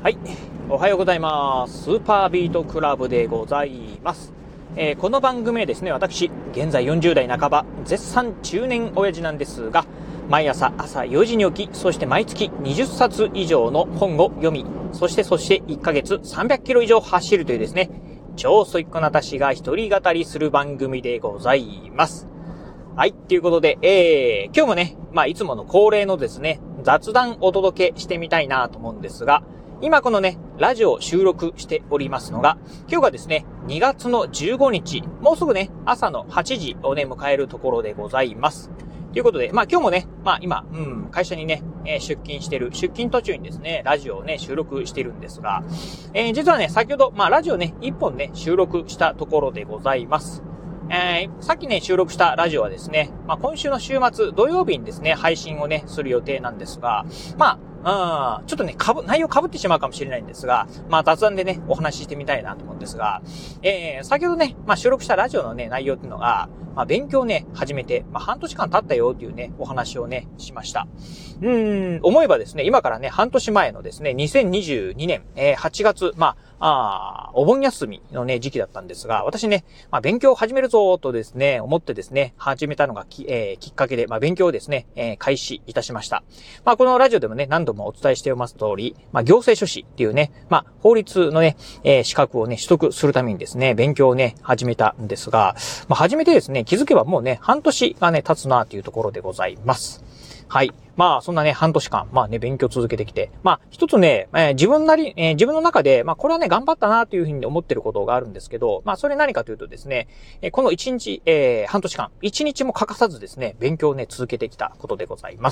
はい、おはようございます。スーパービートクラブでございます。この番組はですね、私、現在40代半ば、絶賛中年親父なんですが、毎朝4時に起き、そして毎月20冊以上の本を読み、そして1ヶ月300キロ以上走るというですね、超ストイックな私が一人語りする番組でございます。はい、ということで、今日もね、いつもの恒例のですね、雑談お届けしてみたいなと思うんですが、今このね、ラジオを収録しておりますのが、今日がですね、2月の15日、もうすぐね、朝の8時をね、迎えるところでございます。ということで、今日もね、今、会社にね、出勤途中にですね、ラジオをね、収録してるんですが、実はね、先ほど、ラジオね、1本ね、収録したところでございます。さっきね、収録したラジオはですね、今週の週末、土曜日にですね、配信をね、する予定なんですが、ちょっとね、内容被ってしまうかもしれないんですが、雑談でね、お話ししてみたいなと思うんですが、先ほどね、収録したラジオのね、内容っていうのが、勉強ね、始めて、半年間経ったよっていうね、お話をね、しました。思えばですね、今からね、半年前のですね、2022年、8月、お盆休みのね、時期だったんですが、私ね、勉強を始めるぞとですね、思ってですね、始めたのがきっかけで、勉強をですね、開始いたしました。このラジオでもね、何度もお伝えしております通り、行政書士っていうね、法律のね、資格をね、取得するためにですね、勉強をね、始めたんですが、始めてですね、気づけばもうね、半年がね、経つなというところでございます。はい。そんなね、半年間、勉強続けてきて、一つね、自分の中で、これはね、頑張ったなというふうに思ってることがあるんですけど、それ何かというとですね、この1日、半年間、1日も欠かさずですね、勉強をね、続けてきたことでございます。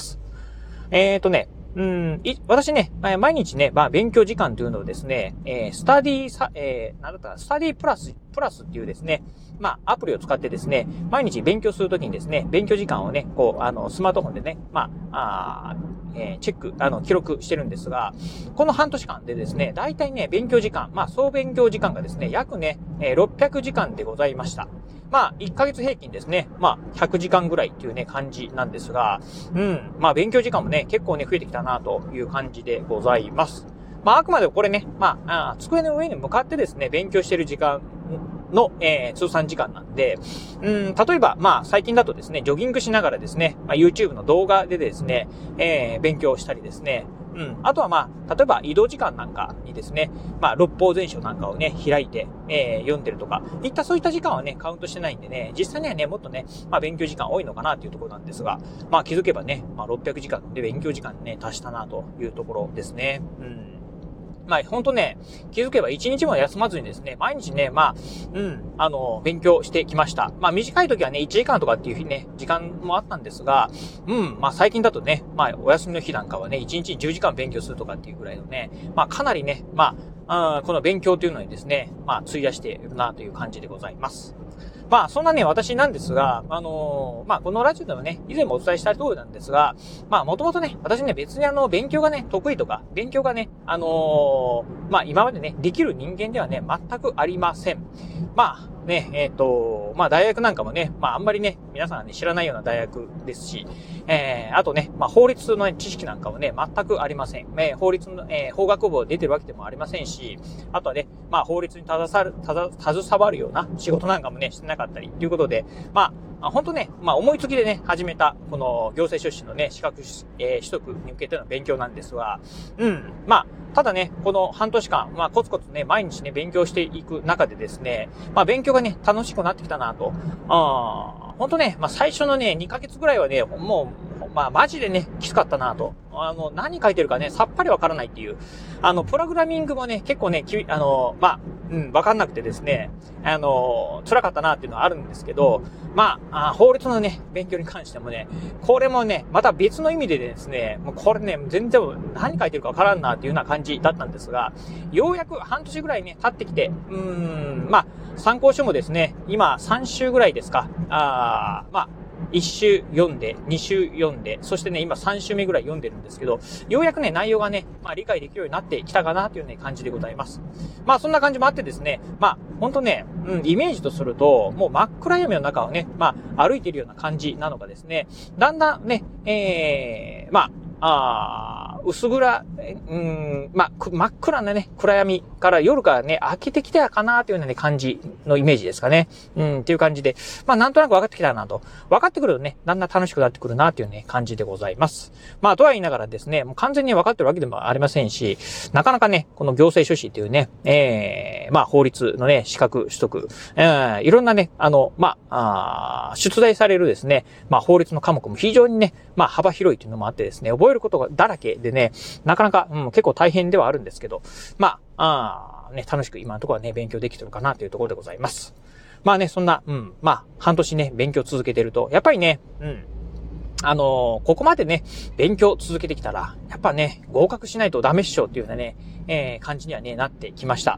私ね、毎日ね、勉強時間というのをですね、スタディプラスっていうですね、アプリを使ってですね、毎日勉強するときにですね、勉強時間をね、スマートフォンでね、チェック、記録してるんですが、この半年間でですね、大体ね、勉強時間、総勉強時間がですね、約ね、600時間でございました。1ヶ月平均ですね、100時間ぐらいっていうね、感じなんですが、勉強時間もね、結構ね、増えてきたなという感じでございます。あくまでこれね、机の上に向かってですね、勉強してる時間の、通算時間なんで、例えば、最近だとですね、ジョギングしながらですね、YouTube の動画でですね、勉強したりですね、あとは例えば移動時間なんかにですね、六法全書なんかをね、開いて、読んでるとか、そういった時間はね、カウントしてないんでね、実際にはね、もっとね、勉強時間多いのかなというところなんですが、気づけばね、600時間で勉強時間にね、達したなというところですね。ほんとね、気づけば一日も休まずにですね、毎日ね、勉強してきました。短い時はね、1時間とかっていうね、時間もあったんですが、最近だとね、お休みの日なんかはね、1日10時間勉強するとかっていうぐらいのね、かなりね、この勉強というのにですね、費やしているなという感じでございます。そんなね、私なんですが、このラジオでもね、以前もお伝えした通りなんですが、もともとね、私ね、別に勉強がね、得意とか、勉強がね、今までね、できる人間ではね、全くありません。大学なんかもね、あんまりね、皆さんね、知らないような大学ですし、あとね、法律の知識なんかもね、全くありません。法律の、法学部を出てるわけでもありませんし、あとはね、法律に携わるような仕事なんかもね、してなかったり、ということで、本当ね、思いつきでね、始めた、この行政書士のね、資格、取得に向けての勉強なんですが、ただね、この半年間、コツコツね、毎日ね、勉強していく中でですね、勉強がね、楽しくなってきたなと。本当ね、最初のね、2ヶ月ぐらいはね、もう、マジでね、きつかったなと。何書いてるかね、さっぱりわからないっていう。プログラミングもね、結構ね、わかんなくてですね、辛かったなっていうのはあるんですけど、法律のね、勉強に関してもね、これもね、また別の意味でですね、もうこれね、全然何書いてるかわからんなっていうような感じだったんですが、ようやく半年ぐらいね、経ってきて、参考書もですね、今3週ぐらいですか、1週読んで、2週読んで、そしてね、今3週目ぐらい読んでるんですけど、ようやくね、内容がね、理解できるようになってきたかなというね、感じでございます。そんな感じもあってですね、ほんとね、イメージとすると、もう真っ暗闇の中をね、歩いているような感じなのがですね、だんだんね、 薄暗、真っ暗なね、暗闇から夜がね、明けてきたかなというようなね、感じのイメージですかね。っていう感じで、なんとなく分かってきたなと。分かってくるとね、だんだん楽しくなってくるなというね、感じでございます。とは言いながらですね、もう完全に分かってるわけでもありませんし、なかなかね、この行政書士っていうね、法律のね、資格取得、いろんなね、出題されるですね、法律の科目も非常にね、幅広いというのもあってですね、覚えることがだらけでね、なかなか、結構大変ではあるんですけど、楽しく今のところはね、勉強できてるかなというところでございます。そんな、半年ね、勉強続けてると、やっぱりね、ここまでね、勉強続けてきたら、やっぱね、合格しないとダメっしょっていうようなね、感じにはね、なってきました。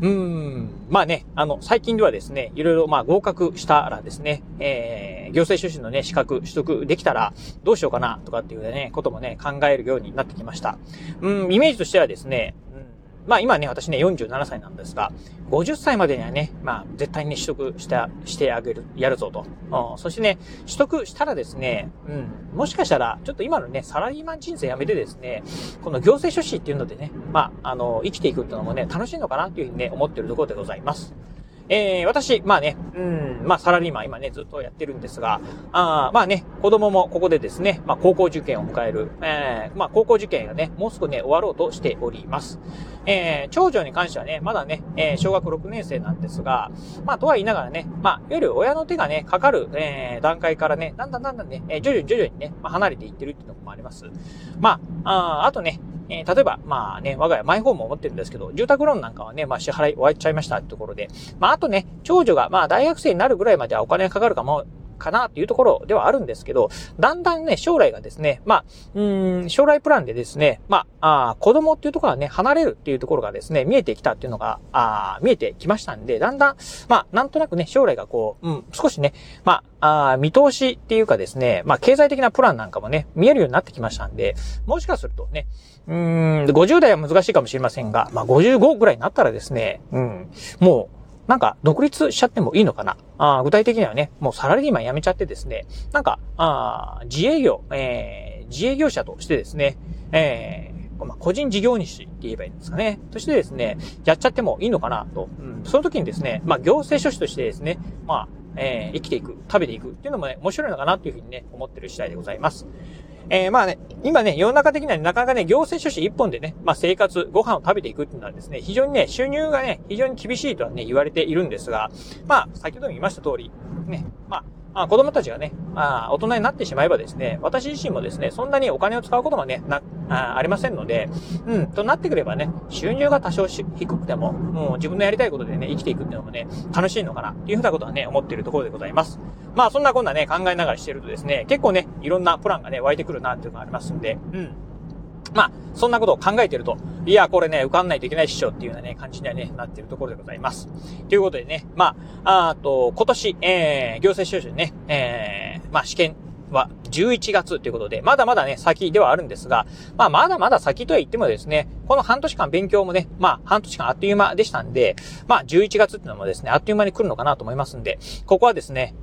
最近ではですね、いろいろ合格したらですね、行政書士のね、資格取得できたらどうしようかなとかっていうね、こともね、考えるようになってきました。イメージとしてはですね、今ね、私ね、47歳なんですが、50歳までにはね、絶対に取得してあげる、やるぞと。そしてね、取得したらですね、もしかしたら、ちょっと今のね、サラリーマン人生やめてですね、この行政書士っていうのでね、生きていくっていうのもね、楽しいのかなっていうふうにね、思っているところでございます。私、サラリーマン今ね、ずっとやってるんですが、子供もここでですね、高校受験を迎える、高校受験がね、もうすぐね、終わろうとしております。長女に関してはね、まだね、小学6年生なんですが、とは言いながらね、いわゆる親の手がね、かかる、段階からね、だんだんね、徐々にね、離れていってるっていうのもあります。あとね、例えば、我が家マイホームを持ってるんですけど、住宅ローンなんかはね、支払い終わっちゃいましたってところで、あとね、長女が、大学生になるぐらいまではお金がかかるかなっていうところではあるんですけど、だんだんね、将来がですね、将来プランでですね、子供っていうところはね、離れるっていうところがですね、見えてきたっていうのが、見えてきましたんで、だんだん、なんとなくね、将来がこう、少しね、見通しっていうかですね、経済的なプランなんかもね、見えるようになってきましたんで、もしかするとね、50代は難しいかもしれませんが、55ぐらいになったらですね、もう、独立しちゃってもいいのかな。具体的にはね、もうサラリーマン辞めちゃってですね、自営業者としてですね、個人事業主って言えばいいんですかね。としてですね、やっちゃってもいいのかなと。その時にですね、行政書士としてですね、生きていく、食べていくっていうのもね、面白いのかなというふうにね、思ってる次第でございます。今ね、世の中的にはなかなかね、行政書士一本でね、生活、ご飯を食べていくっていうのはですね、非常にね、収入がね、非常に厳しいとはね、言われているんですが、先ほども言いました通り、ね、子供たちがね、大人になってしまえばですね、私自身もですね、そんなにお金を使うこともね、ありませんので、となってくればね、収入が多少低くても、もう自分のやりたいことでね、生きていくっていうのもね、楽しいのかな、っていうふうなことはね、思っているところでございます。そんなこんなね、考えながらしてるとですね、結構ね、いろんなプランがね、湧いてくるな、っていうのがありますんで、そんなことを考えていると、いや、これね、受かんないといけないっしょっていうようなね、感じにはね、なっているところでございます。ということでね、今年、行政書士ね、試験は11月ということで、まだまだね、先ではあるんですが、まだまだ先とは言ってもですね、この半年間勉強もね、半年間あっという間でしたんで、11月っていうのもですね、あっという間に来るのかなと思いますんで、ここはですね、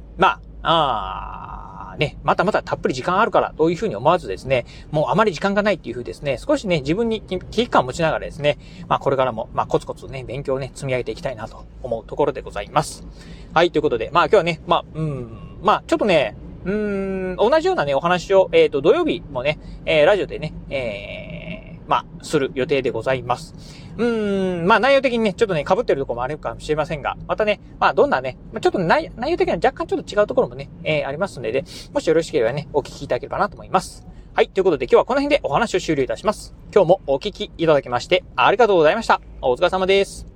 またたっぷり時間あるからというふうに思わずですね、もうあまり時間がないっていうふうですね、少しね、自分に危機感を持ちながらですね、これからも、コツコツね、勉強をね、積み上げていきたいなと思うところでございます。はい、ということで、今日はね、ちょっとね、同じようなね、お話を、土曜日もね、ラジオでね、する予定でございます。内容的にね、ちょっとね、被ってるところもあるかもしれませんが、またね、どんなね、ちょっと内容的には若干ちょっと違うところもね、ありますので、もしよろしければね、お聞きいただければなと思います。はい、ということで今日はこの辺でお話を終了いたします。今日もお聞きいただきまして、ありがとうございました。お疲れ様です。